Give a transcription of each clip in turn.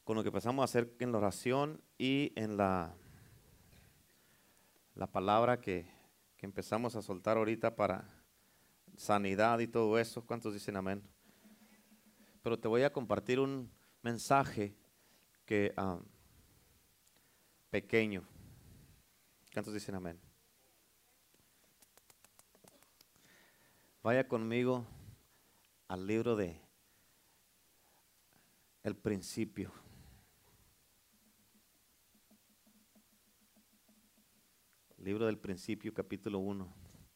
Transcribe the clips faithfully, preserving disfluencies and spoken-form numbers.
con lo que empezamos a hacer en la oración y en la, la palabra que, que empezamos a soltar ahorita para sanidad y todo eso. ¿Cuántos dicen amén? Pero te voy a compartir un mensaje que um, pequeño. ¿Cuántos dicen amén? Vaya conmigo al libro de El Principio. Libro del Principio, capítulo uno.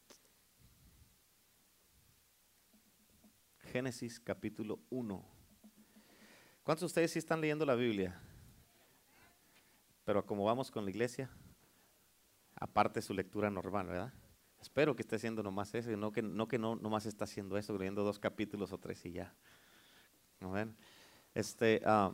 Génesis, capítulo uno. ¿Cuántos de ustedes sí están leyendo la Biblia? Pero como vamos con la iglesia, aparte su lectura normal, ¿verdad? Espero que esté haciendo nomás eso, no que no, que no nomás está haciendo eso, leyendo dos capítulos o tres y ya. Amén. Este, um,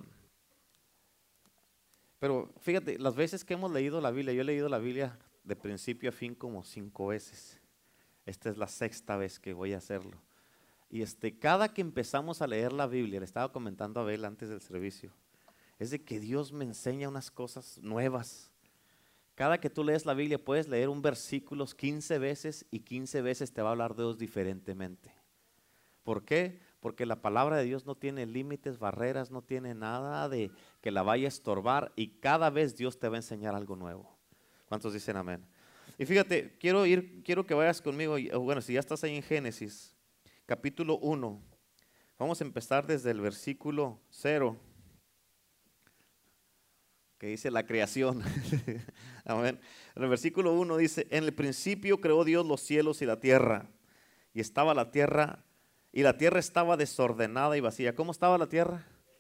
pero fíjate, las veces que hemos leído la Biblia, yo he leído la Biblia de principio a fin como cinco veces. Esta es la sexta vez que voy a hacerlo. Y este, cada que empezamos a leer la Biblia, le estaba comentando a Abel antes del servicio, es de que Dios me enseña unas cosas nuevas. Cada que tú lees la Biblia puedes leer un versículo quince veces y quince veces te va a hablar de Dios diferentemente. ¿Por qué? Porque la palabra de Dios no tiene límites, barreras, no tiene nada de que la vaya a estorbar y cada vez Dios te va a enseñar algo nuevo. ¿Cuántos dicen amén? Y fíjate, quiero ir, quiero que vayas conmigo, bueno, si ya estás ahí en Génesis, capítulo uno, vamos a empezar desde el versículo cero, que dice la creación. Amén. En el versículo uno dice, en el principio creó Dios los cielos y la tierra, y estaba la tierra, y la tierra estaba desordenada y vacía. ¿Cómo estaba la tierra?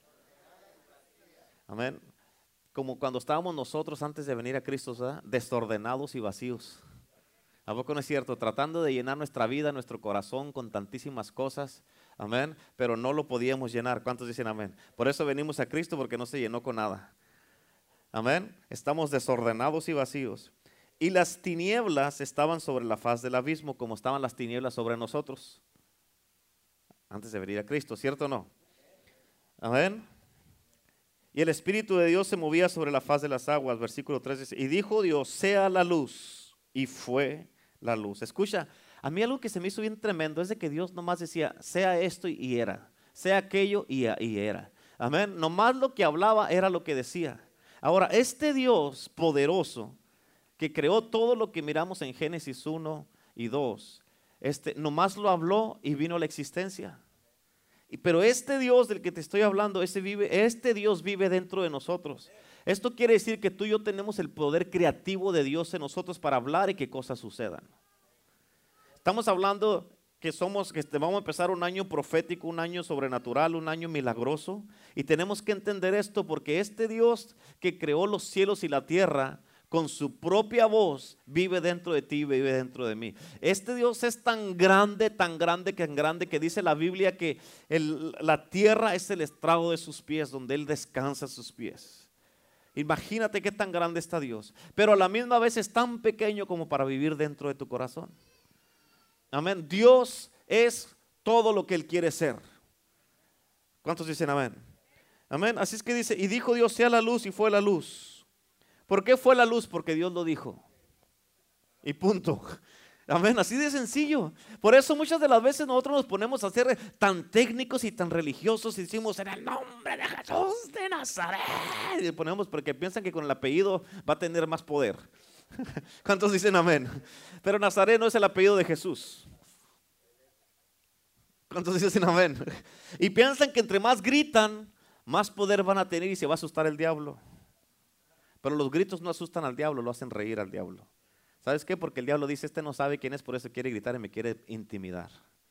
Amén. Como cuando estábamos nosotros antes de venir a Cristo, ¿verdad? Desordenados y vacíos. ¿A poco no es cierto? Tratando de llenar nuestra vida, nuestro corazón con tantísimas cosas, amén, pero no lo podíamos llenar. ¿Cuántos dicen amén? Por eso venimos a Cristo, porque no se llenó con nada. Amén. Estamos desordenados y vacíos. Y las tinieblas estaban sobre la faz del abismo, como estaban las tinieblas sobre nosotros antes de venir a Cristo, ¿cierto o no? Amén. Y el Espíritu de Dios se movía sobre la faz de las aguas. Versículo tres dice, y dijo Dios, sea la luz, y fue la luz. Escucha, a mí algo que se me hizo bien tremendo es de que Dios nomás decía, sea esto y era, sea aquello y, y era. Amén, nomás lo que hablaba era lo que decía. Ahora, este Dios poderoso que creó todo lo que miramos en Génesis uno y dos, este, nomás lo habló y vino a la existencia. Pero este Dios del que te estoy hablando, este, vive, este Dios vive dentro de nosotros. Esto quiere decir que tú y yo tenemos el poder creativo de Dios en nosotros para hablar y que cosas sucedan. Estamos hablando que somos, que vamos a empezar un año profético, un año sobrenatural, un año milagroso. Y tenemos que entender esto porque este Dios que creó los cielos y la tierra, con su propia voz, vive dentro de ti y vive dentro de mí. Este Dios es tan grande, tan grande, tan grande que dice la Biblia que el, la tierra es el estrado de sus pies, donde Él descansa sus pies. Imagínate qué tan grande está Dios, pero a la misma vez es tan pequeño como para vivir dentro de tu corazón. Amén. Dios es todo lo que Él quiere ser. ¿Cuántos dicen amén? Amén. Así es que dice, y dijo Dios, sea la luz, y fue la luz. ¿Por qué fue la luz? Porque Dios lo dijo. Y punto. Amén, así de sencillo. Por eso muchas de las veces nosotros nos ponemos a ser tan técnicos y tan religiosos y decimos en el nombre de Jesús de Nazaret. Y ponemos porque piensan que con el apellido va a tener más poder. ¿Cuántos dicen amén? Pero Nazaret no es el apellido de Jesús. ¿Cuántos dicen amén? Y piensan que entre más gritan, más poder van a tener y se va a asustar el diablo. Pero los gritos no asustan al diablo, lo hacen reír al diablo. ¿Sabes qué? Porque el diablo dice, este no sabe quién es, por eso quiere gritar y me quiere intimidar.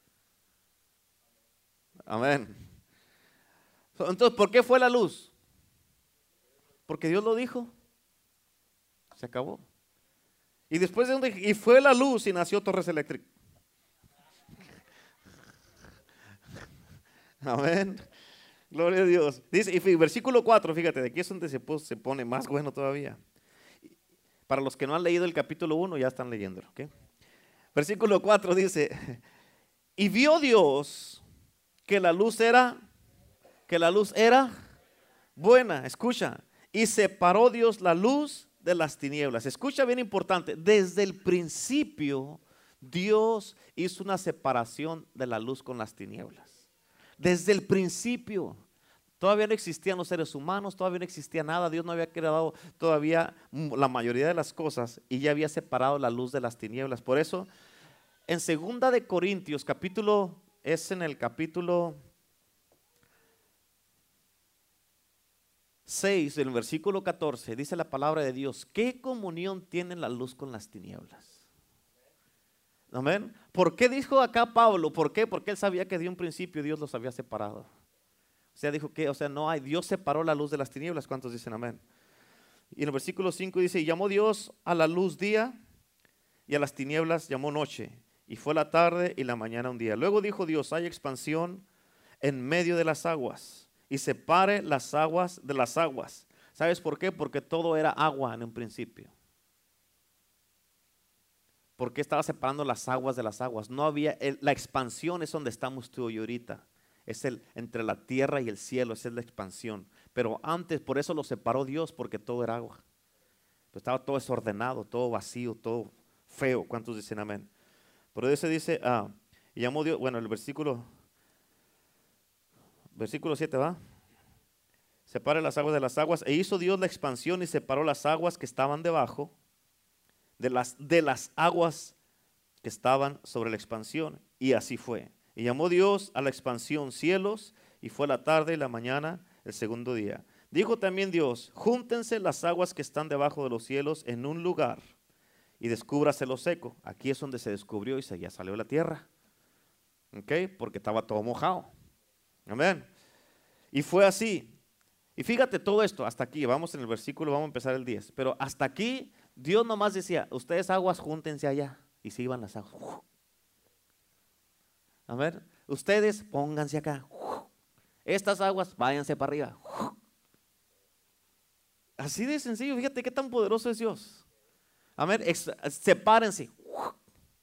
Amén. Entonces, ¿por qué fue la luz? Porque Dios lo dijo. Se acabó. Y después de donde, y fue la luz y nació Torres Eléctricas. Amén. Gloria a Dios. Dice, y versículo cuatro, fíjate, de aquí es donde se, se pone más bueno todavía. Para los que no han leído el capítulo uno, ya están leyéndolo, ¿ok? Versículo cuatro dice, y vio Dios que la luz era, que la luz era buena. Escucha. Y separó Dios la luz de las tinieblas. Escucha bien importante. Desde el principio Dios hizo una separación de la luz con las tinieblas. Desde el principio. Todavía no existían los seres humanos, todavía no existía nada. Dios no había creado todavía la mayoría de las cosas y ya había separado la luz de las tinieblas. Por eso, en segunda de Corintios, capítulo, es en el capítulo seis, en el versículo catorce, dice la palabra de Dios: ¿qué comunión tiene la luz con las tinieblas? Amén. ¿Por qué dijo acá Pablo? ¿Por qué? Porque él sabía que de un principio Dios los había separado. O sea, dijo que, o sea, no hay, Dios separó la luz de las tinieblas. ¿Cuántos dicen amén? Y en el versículo cinco dice: y llamó Dios a la luz día y a las tinieblas llamó noche. Y fue la tarde y la mañana un día. Luego dijo Dios: hay expansión en medio de las aguas y separe las aguas de las aguas. ¿Sabes por qué? Porque todo era agua en un principio. ¿Por qué estaba separando las aguas de las aguas? No había, el, la expansión es donde estamos tú y yo ahorita. Es el, entre la tierra y el cielo, esa es la expansión. Pero antes, por eso lo separó Dios, porque todo era agua. Pero estaba todo desordenado, todo vacío, todo feo. ¿Cuántos dicen amén? Pero ese dice, ah, y llamó Dios, bueno, el versículo, versículo siete va. Separe las aguas de las aguas. E hizo Dios la expansión y separó las aguas que estaban debajo de las, de las aguas que estaban sobre la expansión. Y así fue. Y llamó Dios a la expansión cielos, y fue la tarde y la mañana el segundo día. Dijo también Dios: júntense las aguas que están debajo de los cielos en un lugar, y descúbrase lo seco. Aquí es donde se descubrió y se, ya salió la tierra. ¿Ok? Porque estaba todo mojado. Amén. Y fue así. Y fíjate todo esto, hasta aquí, vamos en el versículo, vamos a empezar el diez. Pero hasta aquí, Dios nomás decía: ustedes aguas, júntense allá. Y se iban las aguas. A ver, ustedes pónganse acá. Estas aguas, váyanse para arriba. Así de sencillo, fíjate qué tan poderoso es Dios. A ver, ex, sepárense. O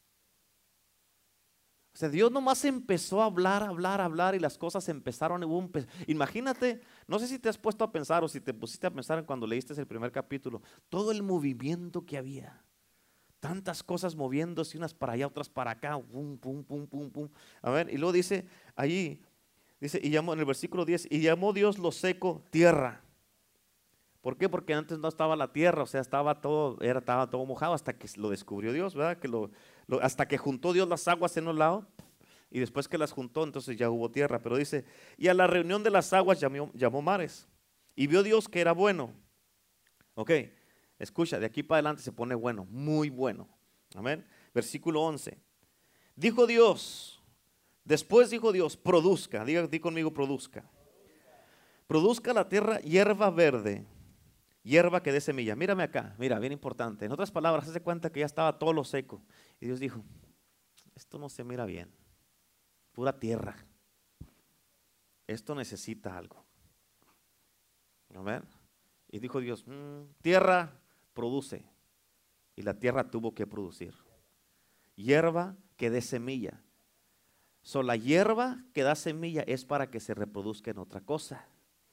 sea, Dios nomás empezó a hablar, hablar, hablar y las cosas empezaron. Hubo imagínate, no sé si te has puesto a pensar o si te pusiste a pensar en cuando leíste el primer capítulo, todo el movimiento que había. Tantas cosas moviéndose, unas para allá, otras para acá, pum, pum, pum, pum, pum. A ver, y luego dice allí, dice, y llamó en el versículo diez, y llamó Dios lo seco tierra. ¿Por qué? Porque antes no estaba la tierra, o sea, estaba todo, era, estaba todo mojado hasta que lo descubrió Dios, ¿verdad? Que lo, lo, hasta que juntó Dios las aguas en un lado, y después que las juntó, entonces ya hubo tierra. Pero dice, y a la reunión de las aguas llamó, llamó mares, y vio Dios que era bueno. Ok. Escucha, de aquí para adelante se pone bueno, muy bueno. Amén. Versículo once. Dijo Dios, después dijo Dios, produzca, diga, di conmigo, produzca. Produzca la tierra hierba verde, hierba que dé semilla. Mírame acá, mira, bien importante. En otras palabras, se cuenta que ya estaba todo lo seco. Y Dios dijo: esto no se mira bien, pura tierra. Esto necesita algo. Amén. Y dijo Dios: mmm, tierra, produce. Y la tierra tuvo que producir hierba que dé semilla. So, la hierba que da semilla es para que se reproduzca en otra cosa.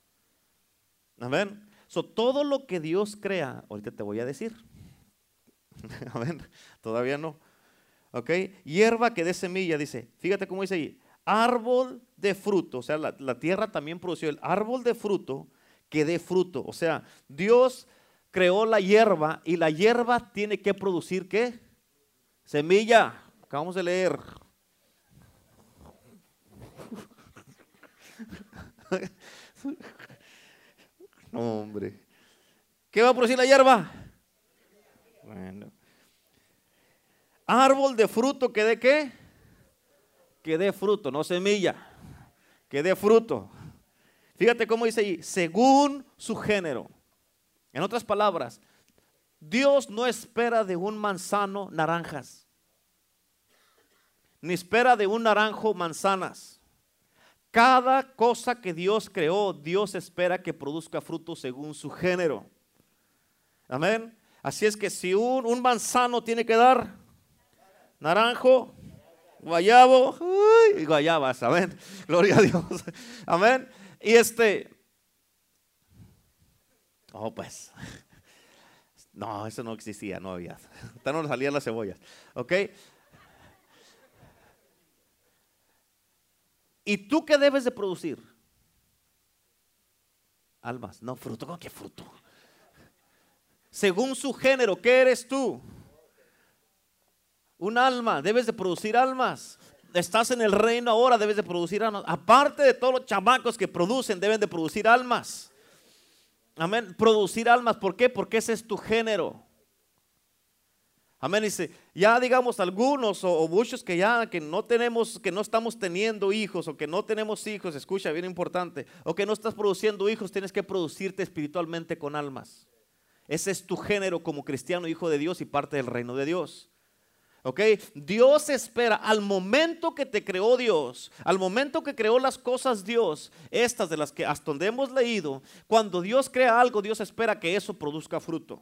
Amén. So, todo lo que Dios crea, ahorita te voy a decir. Amén. Todavía no. Ok. Hierba que dé semilla, dice. Fíjate cómo dice ahí: árbol de fruto. O sea, la, la tierra también produció el árbol de fruto que dé fruto. O sea, Dios creó la hierba y la hierba tiene que producir ¿qué? Semilla. Acabamos de leer. No, hombre. ¿Qué va a producir la hierba? Bueno. Árbol de fruto que dé ¿qué? Que dé fruto, no semilla. Que dé fruto. Fíjate cómo dice ahí: según su género. En otras palabras, Dios no espera de un manzano naranjas, ni espera de un naranjo manzanas. Cada cosa que Dios creó, Dios espera que produzca fruto según su género. Amén. Así es que si un, un manzano tiene que dar naranjo, guayabo, uy, y guayabas, amén. Gloria a Dios. Amén. Y este, Oh, pues. No, eso no existía, no había. Hasta no salían las cebollas. ¿Ok? ¿Y tú qué debes de producir? Almas, no fruto. ¿Cómo que fruto? Según su género, ¿qué eres tú? Un alma, debes de producir almas. Estás en el reino ahora, debes de producir almas. Aparte de todos los chamacos que producen, deben de producir almas. Amén, producir almas, ¿por qué? Porque ese es tu género. Amén, dice, ya digamos algunos o, o muchos que ya que no tenemos, que no estamos teniendo hijos o que no tenemos hijos, escucha, bien importante, o que no estás produciendo hijos, tienes que producirte espiritualmente con almas. Ese es tu género como cristiano, hijo de Dios y parte del reino de Dios. Ok, Dios espera al momento que te creó Dios, al momento que creó las cosas Dios, estas de las que hasta donde hemos leído, cuando Dios crea algo, Dios espera que eso produzca fruto.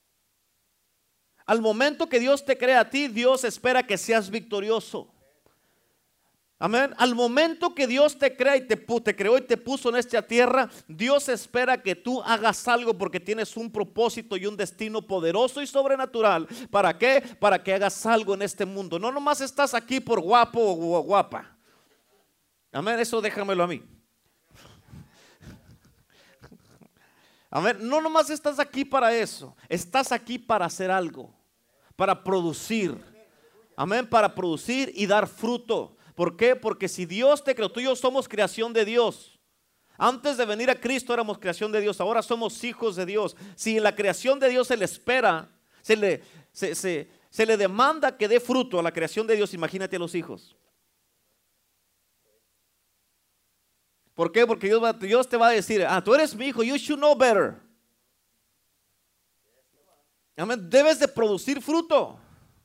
Al momento que Dios te crea a ti, Dios espera que seas victorioso. Amén. Al momento que Dios te crea y te, te creó y te puso en esta tierra, Dios espera que tú hagas algo porque tienes un propósito y un destino poderoso y sobrenatural. ¿Para qué? Para que hagas algo en este mundo. No nomás estás aquí por guapo o guapa. Amén. Eso déjamelo a mí. Amén. No nomás estás aquí para eso. Estás aquí para hacer algo. Para producir. Amén. Para producir y dar fruto. ¿Por qué? Porque si Dios te creó, tú y yo somos creación de Dios. Antes de venir a Cristo éramos creación de Dios, ahora somos hijos de Dios. Si en la creación de Dios se le espera, se le, se, se, se le demanda que dé fruto a la creación de Dios, imagínate a los hijos. ¿Por qué? Porque Dios, va, Dios te va a decir, ah, tú eres mi hijo, you should know better. Amén. Debes de producir fruto.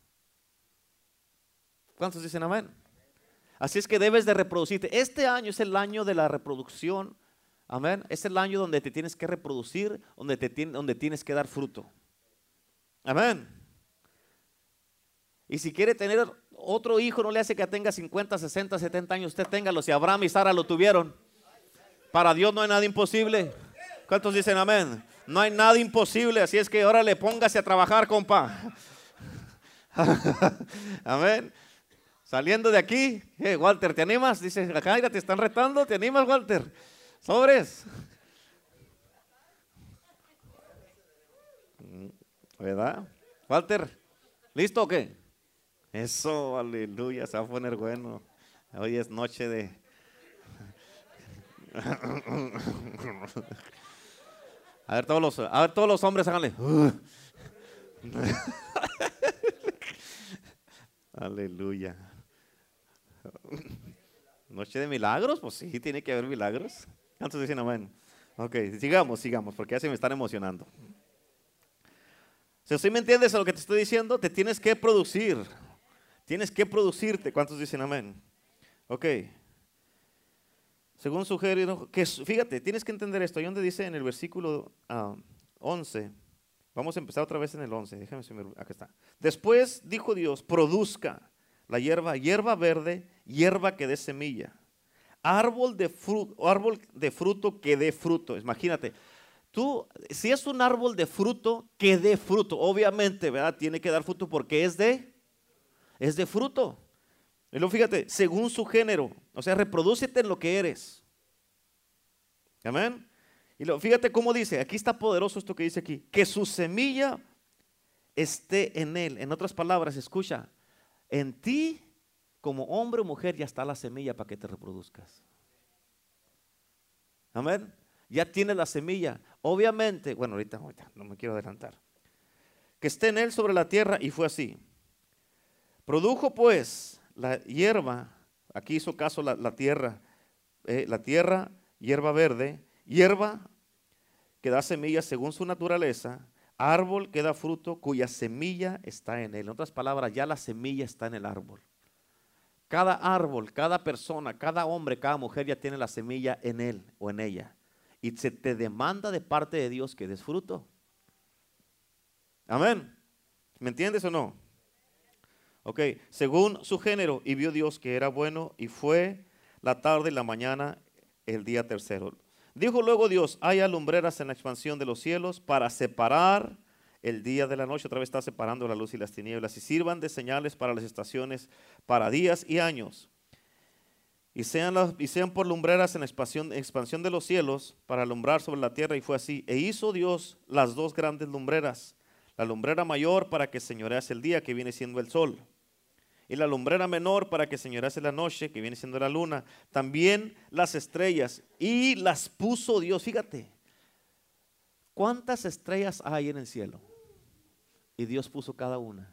¿Cuántos dicen amén? Así es que debes de reproducirte. Este año es el año de la reproducción. Amén. Es el año donde te tienes que reproducir, donde, te, donde tienes que dar fruto. Amén. Y si quiere tener otro hijo, no le hace que tenga cincuenta, sesenta, setenta años. Usted téngalo. Si Abraham y Sara lo tuvieron. Para Dios no hay nada imposible. ¿Cuántos dicen amén? No hay nada imposible. Así es que ahora le póngase a trabajar, compa. Amén. Saliendo de aquí, hey, Walter, ¿te animas? Dice, acá mira, te están retando, ¿te animas, Walter? Sobres. ¿Verdad? Walter, ¿listo o qué? Eso, aleluya, se va a poner bueno. Hoy es noche de... A ver, todos los, a ver, todos los hombres, háganle. Aleluya. Noche de milagros, pues sí, tiene que haber milagros. ¿Cuántos dicen amén? Ok, sigamos, sigamos, porque ya se me están emocionando. Si usted me entiendes a lo que te estoy diciendo, te tienes que producir. Tienes que producirte. ¿Cuántos dicen amén? Ok. Según su género, que fíjate, tienes que entender esto. Ahí donde dice en el versículo uh, once, vamos a empezar otra vez en el once. Déjame ver, acá está. Después dijo Dios, produzca la hierba, hierba verde, hierba que dé semilla, árbol de fruto, árbol de fruto que dé fruto. Imagínate, tú, si es un árbol de fruto, que dé fruto. Obviamente, ¿verdad? Tiene que dar fruto porque es de, es de fruto. Y luego fíjate, según su género, o sea, reprodúcete en lo que eres. Amén. Y luego fíjate cómo dice, aquí está poderoso esto que dice aquí, que su semilla esté en él. En otras palabras, escucha, en ti, como hombre o mujer, ya está la semilla para que te reproduzcas. Amén. Ya tienes la semilla. Obviamente, bueno, ahorita, ahorita no me quiero adelantar. Que esté en él sobre la tierra, y fue así. Produjo pues la hierba, aquí hizo caso la, la tierra, eh, la tierra, hierba verde, hierba que da semillas según su naturaleza, árbol que da fruto cuya semilla está en él. En otras palabras, ya la semilla está en el árbol. Cada árbol, cada persona, cada hombre, cada mujer ya tiene la semilla en él o en ella. Y se te demanda de parte de Dios que des fruto. Amén. ¿Me entiendes o no? Ok, según su género, y vio Dios que era bueno, y fue la tarde y la mañana el día tercero. Dijo luego Dios, haya lumbreras en la expansión de los cielos para separar el día de la noche. Otra vez está separando la luz y las tinieblas. Y sirvan de señales para las estaciones, para días y años. Y sean, las, y sean por lumbreras en la expansión, expansión de los cielos para alumbrar sobre la tierra. Y fue así. E hizo Dios las dos grandes lumbreras. La lumbrera mayor para que señorease el día, que viene siendo el sol. Y la lumbrera menor para que señorease la noche, que viene siendo la luna. También las estrellas. Y las puso Dios. Fíjate, ¿cuántas estrellas hay en el cielo? Y Dios puso cada una.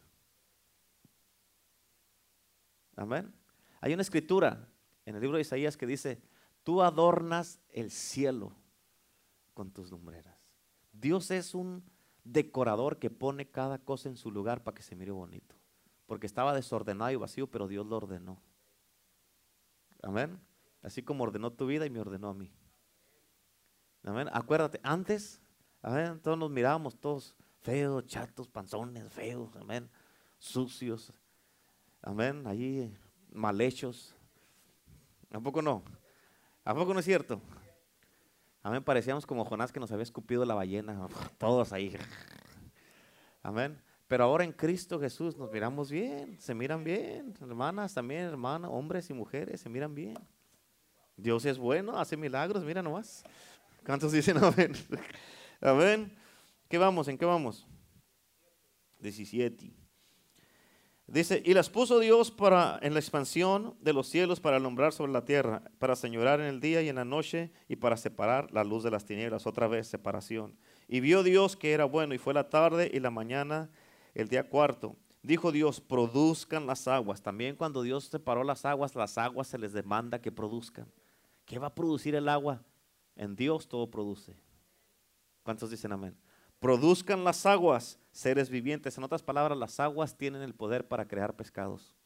Amén. Hay una escritura en el libro de Isaías que dice, tú adornas el cielo con tus lumbreras. Dios es un decorador que pone cada cosa en su lugar para que se mire bonito. Porque estaba desordenado y vacío, pero Dios lo ordenó. Amén. Así como ordenó tu vida y me ordenó a mí. Amén. Acuérdate, antes, amén, todos nos mirábamos todos feos, chatos, panzones, feos, amén, sucios, amén, allí mal hechos. ¿A poco no? ¿A poco no es cierto? Amén, parecíamos como Jonás que nos había escupido la ballena, todos ahí. Amén. Pero ahora en Cristo Jesús nos miramos bien, se miran bien, hermanas también, hermanas, hombres y mujeres se miran bien. Dios es bueno, hace milagros, mira nomás. ¿Cuántos dicen amén? Amén. ¿Qué vamos? ¿En qué vamos? diecisiete. Dice, y las puso Dios para, en la expansión de los cielos para alumbrar sobre la tierra, para señorar en el día y en la noche y para separar la luz de las tinieblas. Otra vez separación. Y vio Dios que era bueno y fue la tarde y la mañana el día cuarto. Dijo Dios, produzcan las aguas. También cuando Dios separó las aguas, las aguas se les demanda que produzcan. ¿Qué va a producir el agua? En Dios todo produce. ¿Cuántos dicen amén? Produzcan las aguas, seres vivientes. En otras palabras, las aguas tienen el poder para crear pescados.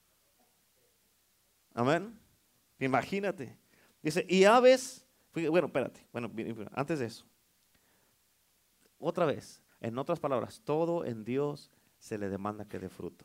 Amén. Imagínate. Dice, y aves. Bueno, espérate. Bueno, antes de eso. Otra vez. En otras palabras, todo en Dios se le demanda que dé fruto.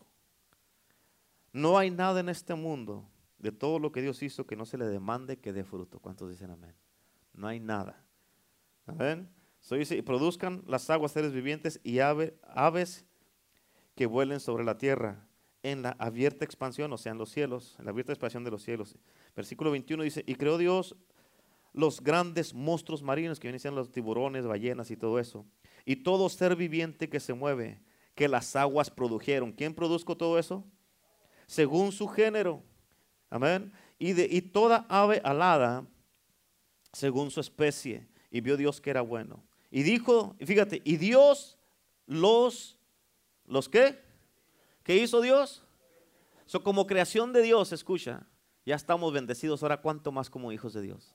No hay nada en este mundo de todo lo que Dios hizo que no se le demande que dé fruto. ¿Cuántos dicen amén? No hay nada. Amén. So dice, y produzcan las aguas seres vivientes y ave, aves que vuelen sobre la tierra en la abierta expansión, o sea, en los cielos, en la abierta expansión de los cielos. Versículo veintiuno dice, y creó Dios los grandes monstruos marinos que vienen siendo los tiburones, ballenas y todo eso. Y todo ser viviente que se mueve, que las aguas produjeron. ¿Quién produjo todo eso? Según su género. Amén. Y, de, y toda ave alada según su especie. Y vio Dios que era bueno. Y dijo, fíjate, y Dios los, ¿los qué? ¿Qué hizo Dios? So, como creación de Dios, escucha, ya estamos bendecidos, ahora cuánto más como hijos de Dios.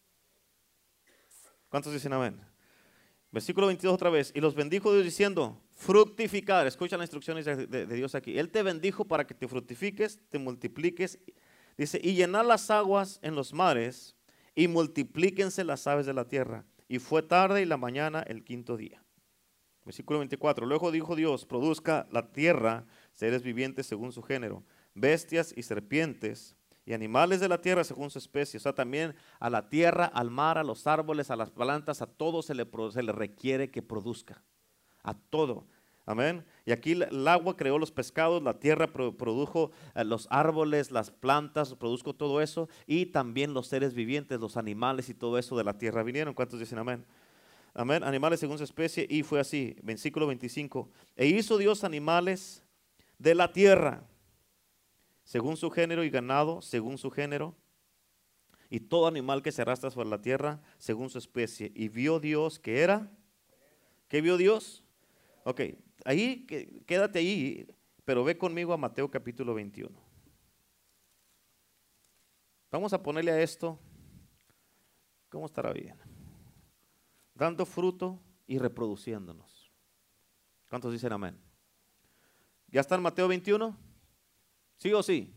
¿Cuántos dicen amén? Versículo veintidós otra vez, y los bendijo Dios diciendo, fructificar, escucha las instrucciones de, de, de Dios aquí. Él te bendijo para que te fructifiques, te multipliques, dice, y llenar las aguas en los mares, y multiplíquense las aves de la tierra. Y fue tarde y la mañana el quinto día. Versículo veinticuatro. Luego dijo Dios, produzca la tierra seres vivientes según su género, bestias y serpientes, y animales de la tierra según su especie. O sea, también a la tierra, al mar, a los árboles, a las plantas, a todo se le, se le requiere que produzca. A todo. Amén. Y aquí el agua creó los pescados, la tierra produjo los árboles, las plantas, produjo todo eso, y también los seres vivientes, los animales y todo eso de la tierra vinieron. ¿Cuántos dicen amén? Amén. Animales según su especie, y fue así. Versículo veinticinco. E hizo Dios animales de la tierra, según su género, y ganado, según su género, y todo animal que se arrastra sobre la tierra, según su especie. Y vio Dios que era. ¿Qué vio Dios? Ok, ahí, quédate ahí, pero ve conmigo a Mateo capítulo veintiuno. Vamos a ponerle a esto, ¿cómo estará bien? Dando fruto y reproduciéndonos. ¿Cuántos dicen amén? ¿Ya está en Mateo veintiuno? ¿Sí o sí?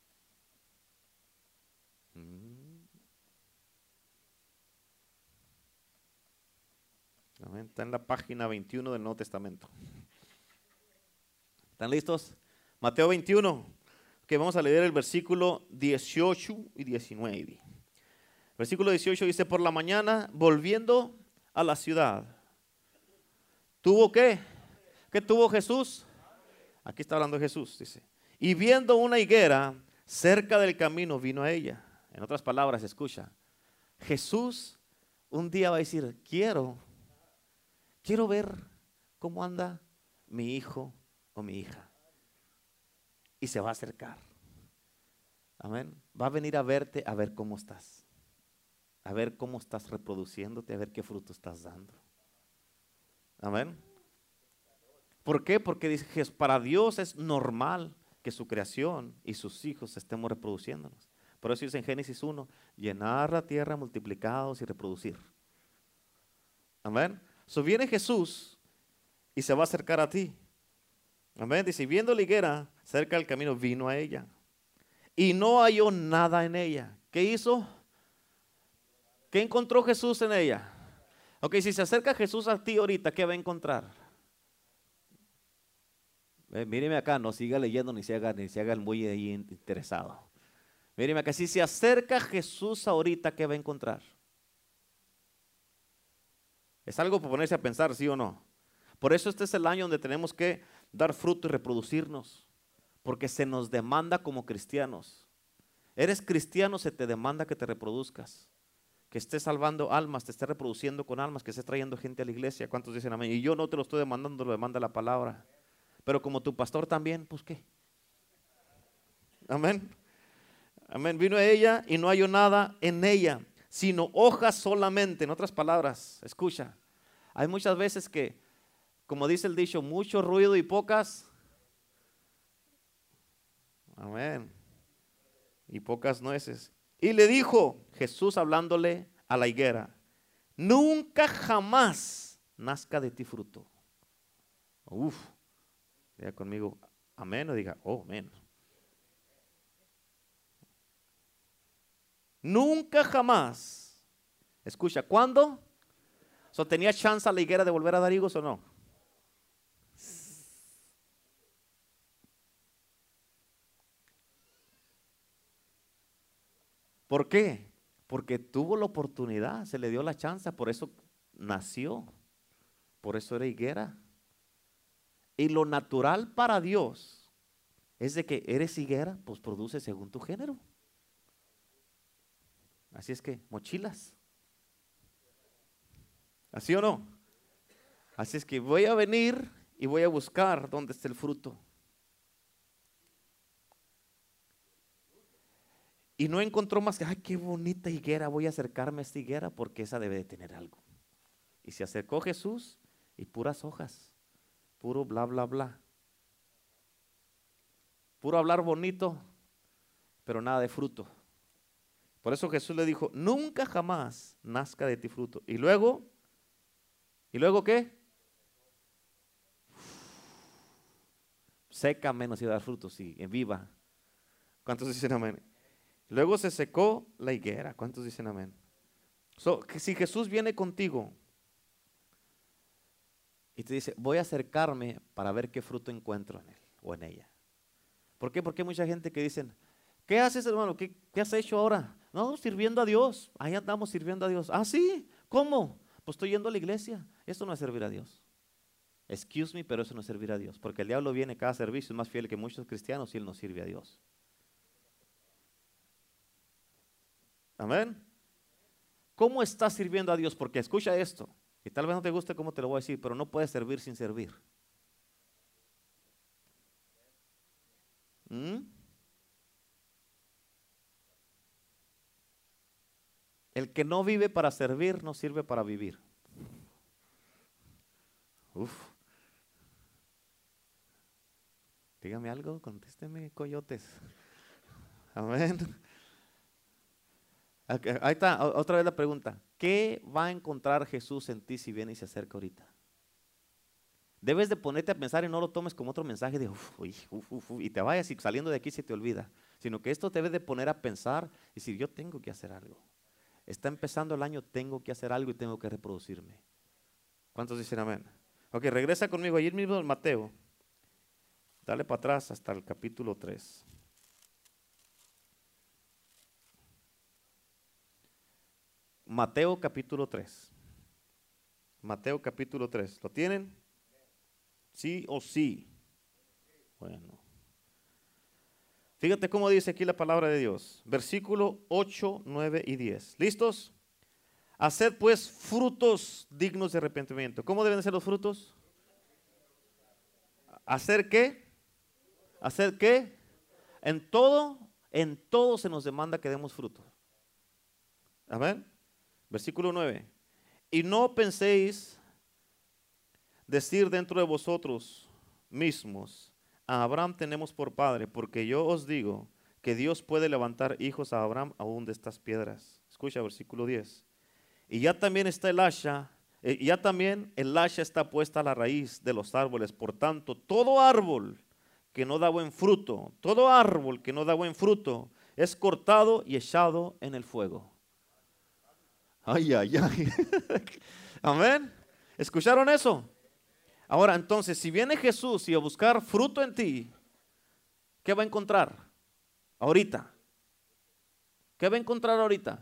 Amén. Está en la página veintiuno del Nuevo Testamento. ¿Están listos? Mateo veintiuno. Que vamos a leer el versículo dieciocho y diecinueve. Versículo dieciocho dice, por la mañana, volviendo a la ciudad, ¿tuvo qué? ¿Qué tuvo Jesús? Aquí está hablando Jesús, dice. Y viendo una higuera cerca del camino, vino a ella. En otras palabras, escucha. Jesús un día va a decir, quiero, quiero ver cómo anda mi hijo o mi hija. Y se va a acercar. Amén. Va a venir a verte a ver cómo estás. A ver cómo estás reproduciéndote, a ver qué fruto estás dando. Amén. ¿Por qué? Porque dice que para Dios es normal que su creación y sus hijos estemos reproduciéndonos. Por eso dice en Génesis uno, llenar la tierra, multiplicados y reproducir. Amén. So viene Jesús y se va a acercar a ti. Amén. Dice, viendo la higuera cerca del camino, vino a ella. Y no halló nada en ella. ¿Qué hizo? ¿Qué encontró Jesús en ella? Ok, si se acerca Jesús a ti ahorita, ¿qué va a encontrar? Eh, míreme acá, no siga leyendo ni se haga, ni se haga el muy ahí interesado. Míreme acá, si se acerca Jesús ahorita, ¿qué va a encontrar? Es algo para ponerse a pensar, ¿sí o no? Por eso este es el año donde tenemos que dar fruto y reproducirnos. Porque se nos demanda como cristianos. Eres cristiano, se te demanda que te reproduzcas. Que estés salvando almas, te estés reproduciendo con almas, que estés trayendo gente a la iglesia. ¿Cuántos dicen amén? Y yo no te lo estoy demandando, lo demanda la palabra. Pero como tu pastor también, pues ¿qué? Amén. Amén. Vino a ella y no halló nada en ella, sino hojas solamente. En otras palabras, escucha. Hay muchas veces que, como dice el dicho, mucho ruido y pocas. Amén. Y pocas nueces. Y le dijo Jesús hablándole a la higuera, nunca jamás nazca de ti fruto. Uf, diga conmigo, amén, o diga, oh, amén. Nunca jamás. Escucha, ¿cuándo? So, ¿tenía chance la higuera de volver a dar higos o no? ¿Por qué? Porque tuvo la oportunidad, se le dio la chance, por eso nació, por eso era higuera. Y lo natural para Dios es de que eres higuera, pues produce según tu género. Así es que, mochilas. ¿Así o no? Así es que voy a venir y voy a buscar dónde está el fruto. Y no encontró más que, ay, qué bonita higuera, voy a acercarme a esta higuera porque esa debe de tener algo. Y se acercó Jesús y puras hojas, puro bla, bla, bla. Puro hablar bonito, pero nada de fruto. Por eso Jesús le dijo, nunca jamás nazca de ti fruto. Y luego, ¿y luego qué? Seca menos y dar fruto, sí, en viva. ¿Cuántos dicen amén? Luego se secó la higuera. ¿Cuántos dicen amén? So, que si Jesús viene contigo y te dice, voy a acercarme para ver qué fruto encuentro en él o en ella. ¿Por qué? Porque hay mucha gente que dicen, ¿qué haces, hermano? ¿Qué, qué has hecho ahora? No, sirviendo a Dios. Ahí andamos sirviendo a Dios. Ah, sí, ¿cómo? Pues estoy yendo a la iglesia. Esto no es servir a Dios. Excuse me, pero eso no es servir a Dios. Porque el diablo viene cada servicio, es más fiel que muchos cristianos y él no sirve a Dios. Amén. ¿Cómo estás sirviendo a Dios? Porque escucha esto, y tal vez no te guste cómo te lo voy a decir, pero no puedes servir sin servir. ¿Mm? El que no vive para servir, no sirve para vivir. Uf. Dígame algo, contésteme, coyotes. Amén. Ahí está, otra vez la pregunta. ¿Qué va a encontrar Jesús en ti si viene y se acerca ahorita? Debes de ponerte a pensar y no lo tomes como otro mensaje de uf, uf, uf, uf, y te vayas y saliendo de aquí se te olvida. Sino que esto te debe de poner a pensar y decir, yo tengo que hacer algo. Está empezando el año, tengo que hacer algo y tengo que reproducirme. ¿Cuántos dicen amén? Ok, regresa conmigo ayer mismo en Mateo. Dale para atrás hasta el capítulo tres. Mateo capítulo tres. Mateo capítulo tres. ¿Lo tienen? ¿Sí o sí? Bueno. Fíjate cómo dice aquí la palabra de Dios. Versículo ocho, nueve y diez. ¿Listos? Haced pues frutos dignos de arrepentimiento. ¿Cómo deben ser los frutos? ¿Hacer qué? ¿Hacer qué? En todo, en todo se nos demanda que demos frutos. Amén. Versículo nueve. Y no penséis decir dentro de vosotros mismos, a Abraham tenemos por padre, porque yo os digo que Dios puede levantar hijos a Abraham aún de estas piedras. Escucha versículo diez. Y ya también está el hacha, eh, ya también el hacha está puesta a la raíz de los árboles. Por tanto, todo árbol que no da buen fruto, todo árbol que no da buen fruto, es cortado y echado en el fuego. Ay, ay, ay. Amén. ¿Escucharon eso? Ahora, entonces, si viene Jesús y a buscar fruto en ti, ¿qué va a encontrar? Ahorita. ¿Qué va a encontrar ahorita?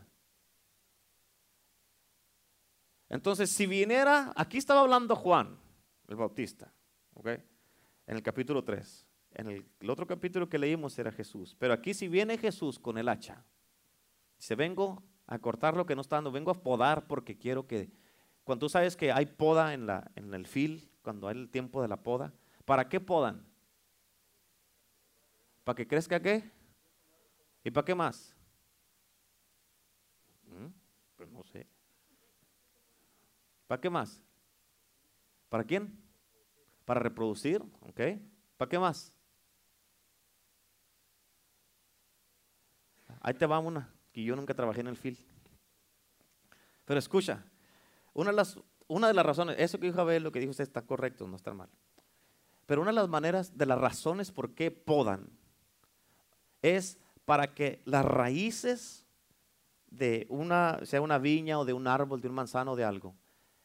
Entonces, si viniera, aquí estaba hablando Juan, el Bautista, ¿ok? En el capítulo tres. En el, el otro capítulo que leímos era Jesús. Pero aquí si viene Jesús con el hacha, dice, vengo a cortar lo que no está dando, vengo a podar porque quiero que, cuando tú sabes que hay poda en, la, en el fil, cuando hay el tiempo de la poda, ¿para qué podan? ¿Para que crezca qué? ¿Y para qué más? ¿Mm? Pues no sé. ¿Para qué más? ¿Para quién? Para reproducir, ¿ok? ¿Para qué más? Ahí te va una, que yo nunca trabajé en el fil. Pero escucha, una de las, una de las razones, eso que dijo Abel, lo que dijo usted está correcto, no está mal. Pero una de las maneras, de las razones por qué podan, es para que las raíces de una, sea una viña o de un árbol, de un manzano o de algo,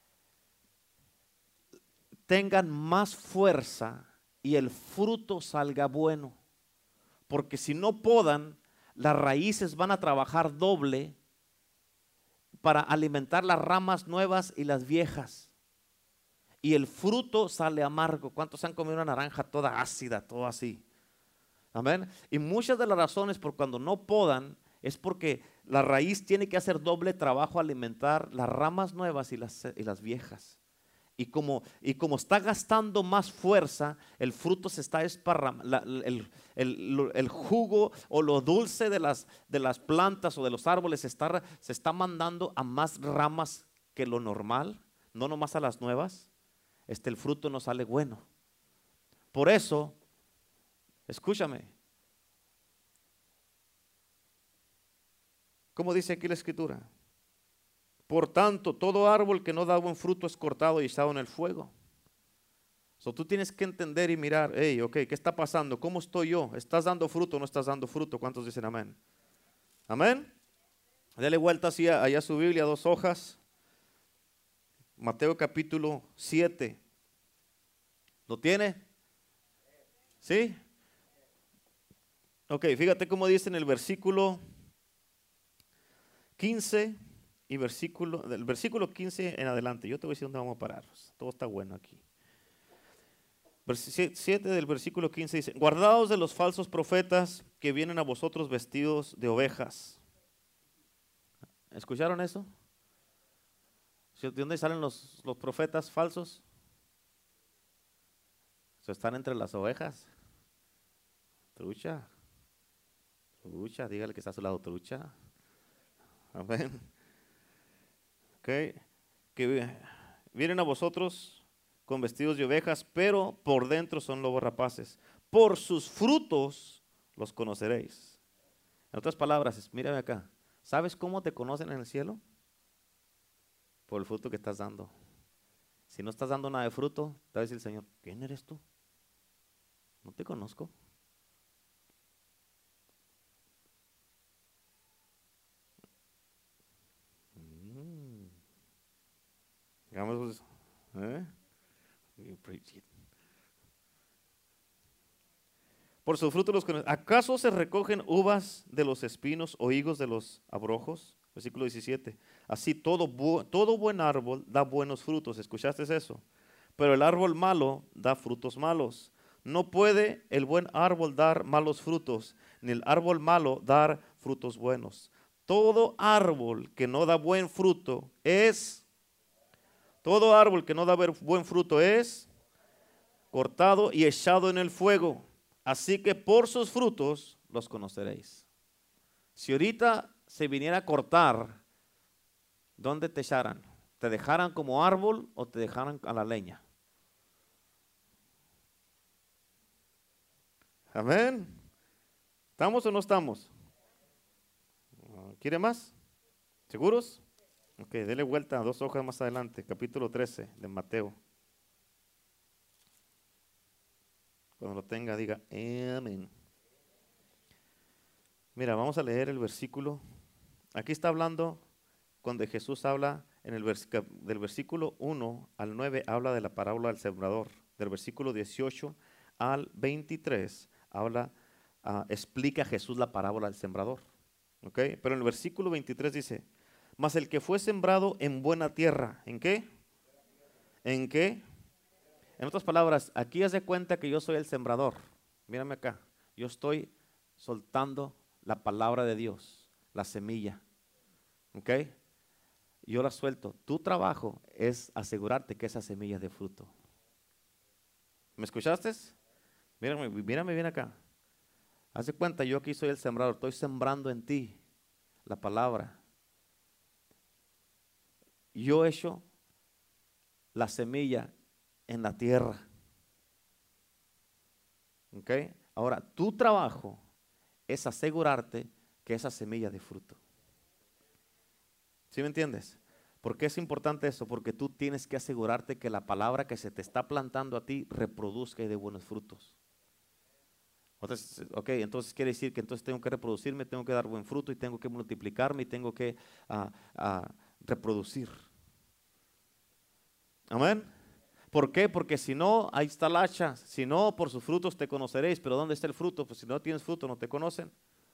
tengan más fuerza y el fruto salga bueno. Porque si no podan, las raíces van a trabajar doble para alimentar las ramas nuevas y las viejas. Y el fruto sale amargo. ¿Cuántos han comido una naranja toda ácida, todo así? Amén. Y muchas de las razones por cuando no podan es porque la raíz tiene que hacer doble trabajo a alimentar las ramas nuevas y las, y las viejas. Y como, y como está gastando más fuerza, el fruto se está esparramando, el, el, el jugo o lo dulce de las, de las plantas o de los árboles se está, se está mandando a más ramas que lo normal, no nomás a las nuevas. Este, el fruto no sale bueno. Por eso, escúchame, ¿cómo dice aquí la escritura? Por tanto, todo árbol que no da buen fruto es cortado y echado en el fuego. So, tú tienes que entender y mirar, hey, ok, ¿qué está pasando? ¿Cómo estoy yo? ¿Estás dando fruto o no estás dando fruto? ¿Cuántos dicen amén? Amén. Dale vuelta así allá a su Biblia, dos hojas. Mateo capítulo siete. ¿Lo tiene? ¿Sí? Ok, fíjate cómo dice en el versículo quince. Y versículo, del versículo quince en adelante, yo te voy a decir dónde vamos a parar. Todo está bueno aquí. siete del versículo quince dice, guardaos de los falsos profetas que vienen a vosotros vestidos de ovejas. ¿Escucharon eso? ¿De dónde salen los, los profetas falsos? Se están entre las ovejas. Trucha. Trucha, dígale que está a su lado, trucha. Amén. Okay. Que vienen a vosotros con vestidos de ovejas, pero por dentro son lobos rapaces. Por sus frutos los conoceréis. En otras palabras, mírame acá. ¿Sabes cómo te conocen en el cielo? Por el fruto que estás dando. Si no estás dando nada de fruto, te va a decir el Señor, ¿quién eres tú? No te conozco. Digamos, ¿eh? Por su fruto los conocen. ¿Acaso se recogen uvas de los espinos o higos de los abrojos? Versículo diecisiete. Así todo, bu todo buen árbol da buenos frutos. ¿Escuchaste eso? Pero el árbol malo da frutos malos. No puede el buen árbol dar malos frutos, ni el árbol malo dar frutos buenos. Todo árbol que no da buen fruto es, todo árbol que no da buen fruto es cortado y echado en el fuego. Así que por sus frutos los conoceréis. Si ahorita se viniera a cortar, ¿dónde te echaran? ¿Te dejaran como árbol o te dejaran a la leña? Amén. ¿Estamos o no estamos? ¿Quiere más? ¿Seguros? Ok, dele vuelta a dos hojas más adelante, capítulo trece de Mateo. Cuando lo tenga, diga amén. Mira, vamos a leer el versículo. Aquí está hablando, cuando Jesús habla en el vers del versículo uno al nueve, habla de la parábola del sembrador. Del versículo dieciocho al veintitrés, habla, uh, explica Jesús la parábola del sembrador. ¿Okay? Pero en el versículo veintitrés dice, mas el que fue sembrado en buena tierra, ¿en qué? ¿En qué? En otras palabras, aquí haz de cuenta que yo soy el sembrador. Mírame acá, yo estoy soltando la palabra de Dios, la semilla. ¿Ok? Yo la suelto. Tu trabajo es asegurarte que esa semilla dé fruto. ¿Me escuchaste? Mírame, mírame bien acá. Haz de cuenta, yo aquí soy el sembrador, estoy sembrando en ti la palabra. Yo echo la semilla en la tierra. ¿Ok? Ahora, tu trabajo es asegurarte que esa semilla dé fruto. ¿Sí me entiendes? ¿Por qué es importante eso? Porque tú tienes que asegurarte que la palabra que se te está plantando a ti reproduzca y dé buenos frutos. Entonces, ok, entonces quiere decir que entonces tengo que reproducirme, tengo que dar buen fruto y tengo que multiplicarme y tengo que uh, uh, reproducir. Amén. ¿Por qué? Porque si no, ahí está la hacha. Si no, por sus frutos te conoceréis. Pero ¿dónde está el fruto? Pues si no tienes fruto, no te conocen.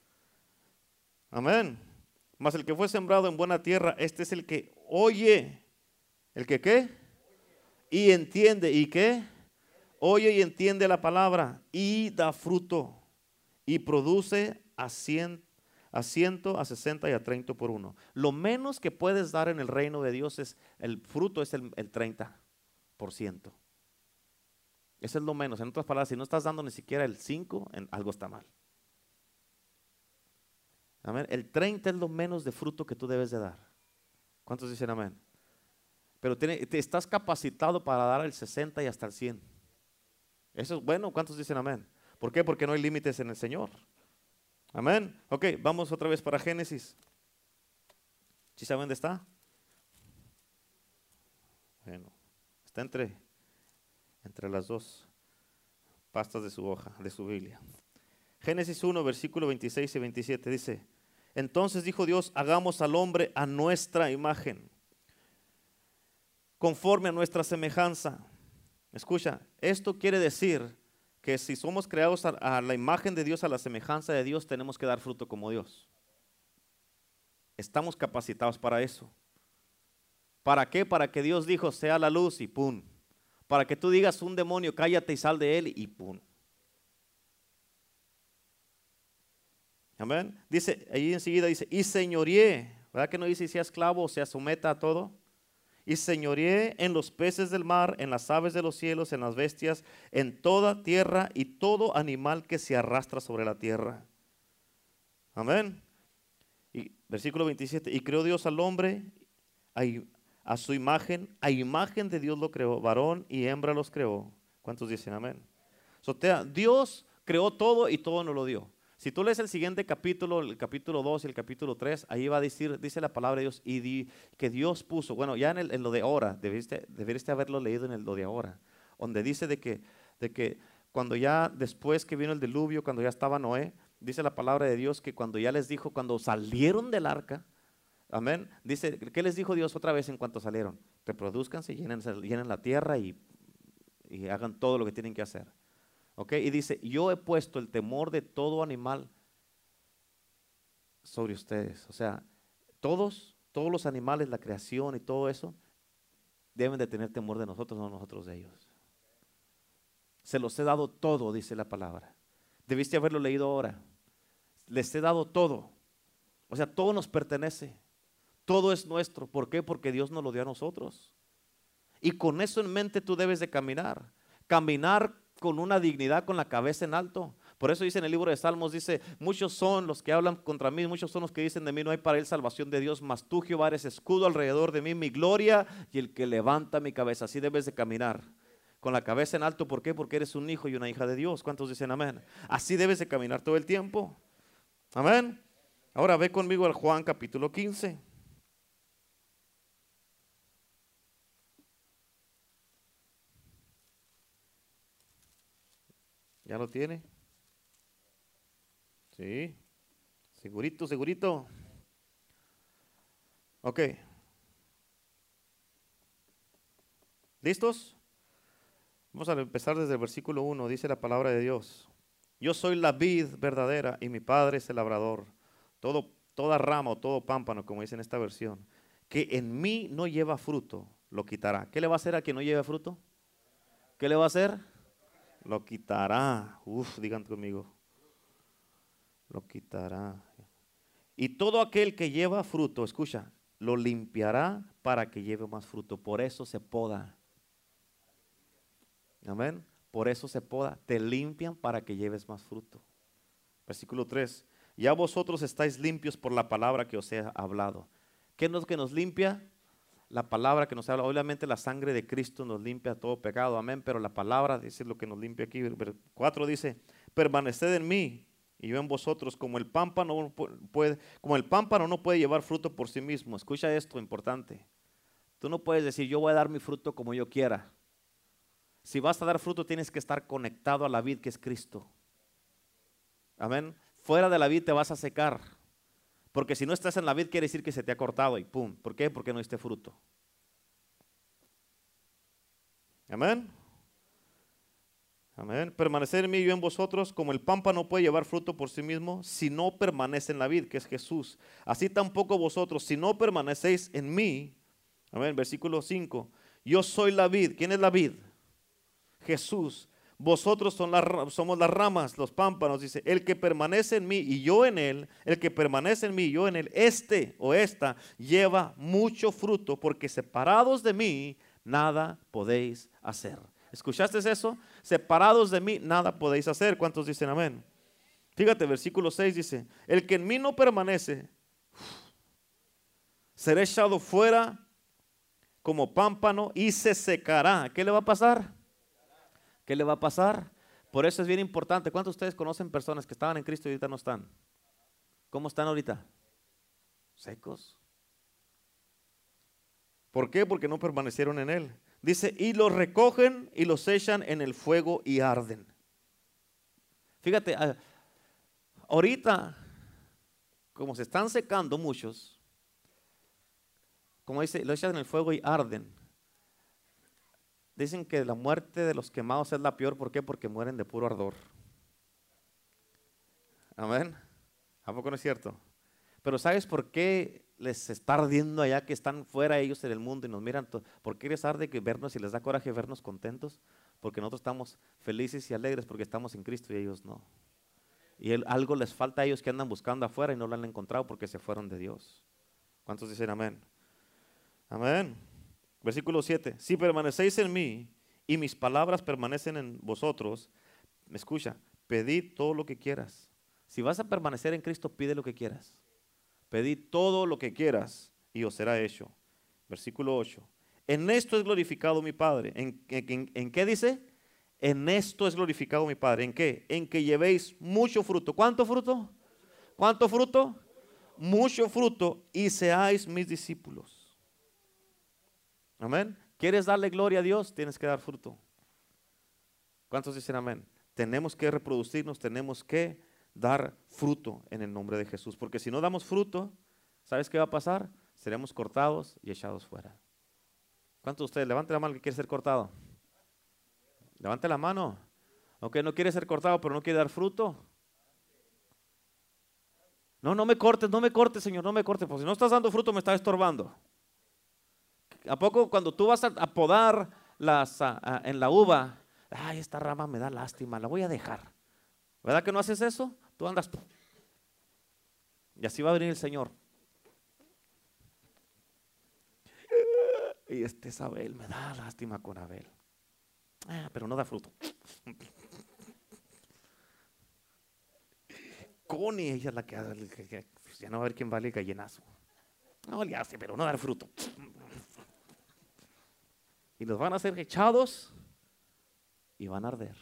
Amén. Mas el que fue sembrado en buena tierra, este es el que oye. ¿El que qué? Y entiende. ¿Y qué? Oye y entiende la palabra y da fruto y produce a cien, a ciento, a sesenta y a treinta por uno. Lo menos que puedes dar en el reino de Dios es, el fruto es el, el treinta por ciento. Eso es lo menos. En otras palabras, si no estás dando ni siquiera el cinco, en, algo está mal. Amén. El treinta es lo menos de fruto que tú debes de dar. ¿Cuántos dicen amén? Pero tiene, te estás capacitado para dar el sesenta y hasta el cien. Eso es bueno. ¿Cuántos dicen amén? ¿Por qué? Porque no hay límites en el Señor. Amén. Ok, vamos otra vez para Génesis. ¿Sí saben dónde está? Bueno, está entre, entre las dos pastas de su hoja, de su Biblia. Génesis uno, versículo veintiséis y veintisiete dice, entonces dijo Dios, hagamos al hombre a nuestra imagen, conforme a nuestra semejanza. Escucha, esto quiere decir que si somos creados a, a la imagen de Dios, a la semejanza de Dios, tenemos que dar fruto como Dios. Estamos capacitados para eso. ¿Para qué? Para que Dios dijo, sea la luz y pum. Para que tú digas un demonio, cállate y sal de él y pum. Amén. Dice, ahí enseguida dice, y señoreé. ¿Verdad que no dice sea esclavo o sea someta a todo? Y señoreé en los peces del mar, en las aves de los cielos, en las bestias, en toda tierra y todo animal que se arrastra sobre la tierra. Amén. Y versículo veintisiete, y creó Dios al hombre a, a su imagen, a imagen de Dios lo creó, varón y hembra los creó. ¿Cuántos dicen amén? So, te, Dios creó todo y todo nos lo dio. Si tú lees el siguiente capítulo, el capítulo dos y el capítulo tres, ahí va a decir, dice la palabra de Dios, y di, que Dios puso, bueno, ya en, el, en lo de ahora, deberiste, deberiste haberlo leído en el, lo de ahora, donde dice de que, de que cuando ya después que vino el diluvio, cuando ya estaba Noé, dice la palabra de Dios que cuando ya les dijo, cuando salieron del arca, amén, dice, ¿qué les dijo Dios otra vez en cuanto salieron? Reproduzcanse, llenen, llenen la tierra y, y hagan todo lo que tienen que hacer. Okay, y dice, yo he puesto el temor de todo animal sobre ustedes. O sea, todos, todos los animales, la creación y todo eso, deben de tener temor de nosotros, no nosotros de ellos. Se los he dado todo, dice la palabra. Debiste haberlo leído ahora. Les he dado todo. O sea, todo nos pertenece. Todo es nuestro. ¿Por qué? Porque Dios nos lo dio a nosotros. Y con eso en mente tú debes de caminar. Caminar con una dignidad, con la cabeza en alto. Por eso dice en el libro de Salmos, dice, muchos son los que hablan contra mí, muchos son los que dicen de mí, no hay para él salvación de Dios, mas tú, Jehová, eres escudo alrededor de mí, mi gloria y el que levanta mi cabeza. Así debes de caminar, con la cabeza en alto. ¿Por qué? Porque eres un hijo y una hija de Dios. ¿Cuántos dicen amén? Así debes de caminar todo el tiempo. Amén. Ahora ve conmigo al Juan capítulo quince. ¿Ya lo tiene? Sí, segurito, segurito. Ok. ¿Listos? Vamos a empezar desde el versículo uno. Dice la palabra de Dios: yo soy la vid verdadera y mi padre es el labrador. Todo, toda rama o todo pámpano, como dice en esta versión, que en mí no lleva fruto, lo quitará. ¿Qué le va a hacer a quien no lleva fruto? ¿Qué le va a hacer? Lo quitará. Uf, digan conmigo. Lo quitará. Y todo aquel que lleva fruto, escucha, lo limpiará para que lleve más fruto. Por eso se poda. Amén. Por eso se poda. Te limpian para que lleves más fruto. Versículo tres. Ya vosotros estáis limpios por la palabra que os he hablado. ¿Qué es lo que nos limpia? La palabra que nos habla. Obviamente la sangre de Cristo nos limpia todo pecado. Amén. Pero la palabra dice lo que nos limpia aquí. cuatro dice, permaneced en mí y yo en vosotros, como el pámpano puede, como el pámpano no puede llevar fruto por sí mismo. Escucha esto importante. Tú no puedes decir, yo voy a dar mi fruto como yo quiera. Si vas a dar fruto, tienes que estar conectado a la vid que es Cristo. Amén. Fuera de la vid te vas a secar. Porque si no estás en la vid, quiere decir que se te ha cortado y pum. ¿Por qué? Porque no diste fruto. Amén. Amén. Permanecer en mí y yo en vosotros, como el pámpano no puede llevar fruto por sí mismo, si no permanece en la vid, que es Jesús. Así tampoco vosotros, si no permanecéis en mí. Amén. Versículo cinco. Yo soy la vid. ¿Quién es la vid? Jesús. Vosotros son las, somos las ramas, los pámpanos. Dice, el que permanece en mí y yo en él, el que permanece en mí y yo en él, este o esta lleva mucho fruto, porque separados de mí, nada podéis hacer. ¿Escuchaste eso? Separados de mí, nada podéis hacer. ¿Cuántos dicen amén? Fíjate, versículo seis dice, el que en mí no permanece, será echado fuera como pámpano y se secará. ¿Qué le va a pasar? ¿Qué le va a pasar? Por eso es bien importante. ¿Cuántos de ustedes conocen personas que estaban en Cristo y ahorita no están? ¿Cómo están ahorita? Secos. ¿Por qué? Porque no permanecieron en Él. Dice, y los recogen y los echan en el fuego y arden. Fíjate, ahorita, como se están secando muchos, como dice, los echan en el fuego y arden. Dicen que la muerte de los quemados es la peor. ¿Por qué? Porque mueren de puro ardor. Amén. ¿A poco no es cierto? Pero ¿sabes por qué les está ardiendo allá que están fuera ellos en el mundo y nos miran? ¿Por qué les arde que vernos y les da coraje vernos contentos? Porque nosotros estamos felices y alegres porque estamos en Cristo y ellos no. Y él, algo les falta a ellos que andan buscando afuera y no lo han encontrado porque se fueron de Dios. ¿Cuántos dicen amén? Amén. Versículo siete. Si permanecéis en mí y mis palabras permanecen en vosotros, me escucha, pedid todo lo que quieras. Si vas a permanecer en Cristo, pide lo que quieras. Pedid todo lo que quieras y os será hecho. Versículo ocho. En esto es glorificado mi Padre. ¿En, en, en, ¿en qué dice? En esto es glorificado mi Padre. ¿En qué? En que llevéis mucho fruto. ¿Cuánto fruto? ¿Cuánto fruto? Mucho fruto y seáis mis discípulos. Amén. ¿Quieres darle gloria a Dios? Tienes que dar fruto. ¿Cuántos dicen amén? Tenemos que reproducirnos, tenemos que dar fruto en el nombre de Jesús. Porque si no damos fruto, ¿sabes qué va a pasar? Seremos cortados y echados fuera. ¿Cuántos de ustedes? Levante la mano que quiere ser cortado. Levante la mano. Aunque no quiere ser cortado, pero no quiere dar fruto. No, no me cortes, no me cortes, Señor, no me cortes, porque si no estás dando fruto me estás estorbando. ¿A poco cuando tú vas a, a podar las, a, a, en la uva, ay, esta rama me da lástima, la voy a dejar? ¿Verdad que no haces eso? Tú andas y así va a venir el Señor. Y este es Abel, me da lástima con Abel. Ah, pero no da fruto. Connie, ella es la que, que, que pues ya no va a ver quién vale el gallinazo. No le hace, pero no da fruto. Y los van a hacer echados y van a arder.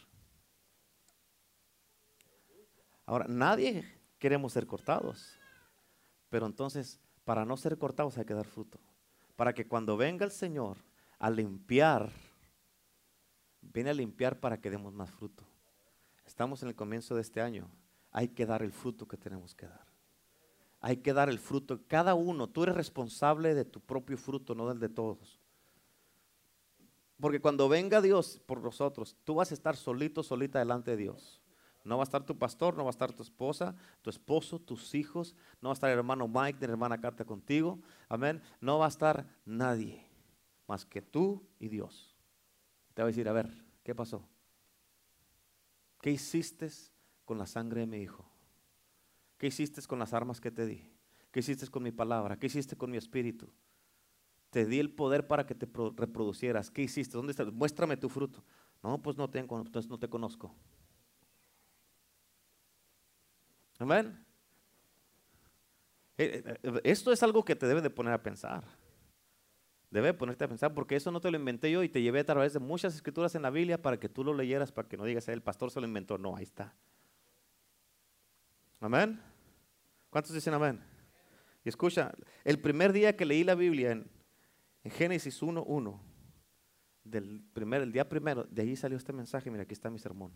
Ahora, nadie queremos ser cortados, pero entonces, para no ser cortados hay que dar fruto. Para que cuando venga el Señor a limpiar, viene a limpiar para que demos más fruto. Estamos en el comienzo de este año. Hay que dar el fruto que tenemos que dar. Hay que dar el fruto. Cada uno, tú eres responsable de tu propio fruto, no del de todos. Porque cuando venga Dios por nosotros, tú vas a estar solito, solita delante de Dios. No va a estar tu pastor, no va a estar tu esposa, tu esposo, tus hijos, no va a estar el hermano Mike ni la hermana Cata contigo. Amén. No va a estar nadie más que tú y Dios. Te va a decir, a ver, ¿qué pasó? ¿Qué hiciste con la sangre de mi hijo? ¿Qué hiciste con las armas que te di? ¿Qué hiciste con mi palabra? ¿Qué hiciste con mi espíritu? Te di el poder para que te reproducieras. ¿Qué hiciste? ¿Dónde está? Muéstrame tu fruto. No, pues no tengo, entonces no te conozco. Amén. Esto es algo que te debe de poner a pensar. Debe ponerte a pensar, porque eso no te lo inventé yo y te llevé a través de muchas escrituras en la Biblia para que tú lo leyeras, para que no digas, el pastor se lo inventó. No, ahí está. Amén. ¿Cuántos dicen amén? Y escucha, el primer día que leí la Biblia en, en Génesis uno uno, del primer, el día primero, de ahí salió este mensaje. Mira, aquí está mi sermón.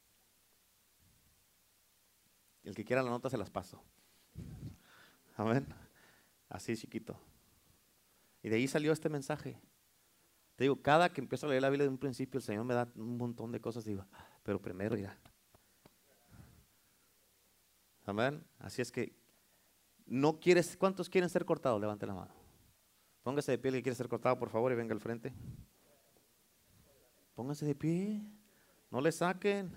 El que quiera la nota se las paso. Amén. Así chiquito. Y de ahí salió este mensaje. Te digo, cada que empiezo a leer la Biblia de un principio, el Señor me da un montón de cosas. Digo, pero primero ya. Amén. Así es que, no quieres, ¿cuántos quieren ser cortados? Levante la mano. Póngase de pie el que quiere ser cortado, por favor, y venga al frente. Póngase de pie. No le saquen.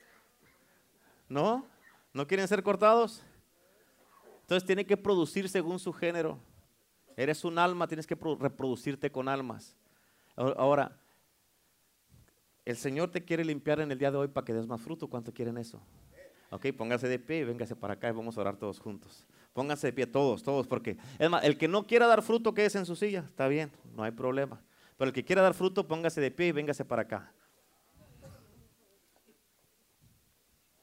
¿No? ¿No quieren ser cortados? Entonces tiene que producir según su género. Eres un alma, tienes que reproducirte con almas. Ahora, el Señor te quiere limpiar en el día de hoy para que des más fruto. ¿Cuánto quieren eso? Ok, póngase de pie y véngase para acá y vamos a orar todos juntos. Pónganse de pie todos, todos, porque es más, el que no quiera dar fruto, quédese en su silla. Está bien, no hay problema. Pero el que quiera dar fruto, póngase de pie y véngase para acá.